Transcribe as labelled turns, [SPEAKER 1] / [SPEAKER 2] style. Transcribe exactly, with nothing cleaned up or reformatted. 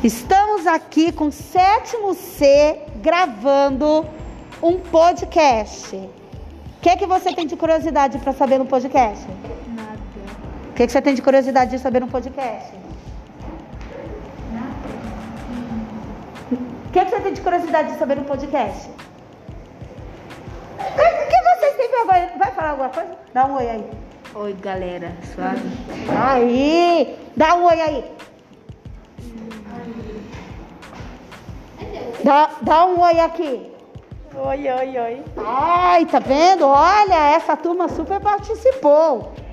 [SPEAKER 1] Estamos aqui com o sétimo C gravando um podcast. O que, que você tem de curiosidade para saber no podcast?
[SPEAKER 2] Nada.
[SPEAKER 1] O que, que você tem de curiosidade de saber no podcast? O que, que você tem de curiosidade de saber no podcast? O que vocês têm vergonha? Vai falar alguma coisa? Dá um oi aí.
[SPEAKER 2] Oi, galera. Suave?
[SPEAKER 1] Aí! Dá um oi aí. Dá, dá um oi aqui.
[SPEAKER 2] Oi, oi, oi.
[SPEAKER 1] Ai, tá vendo? Olha, essa turma super participou.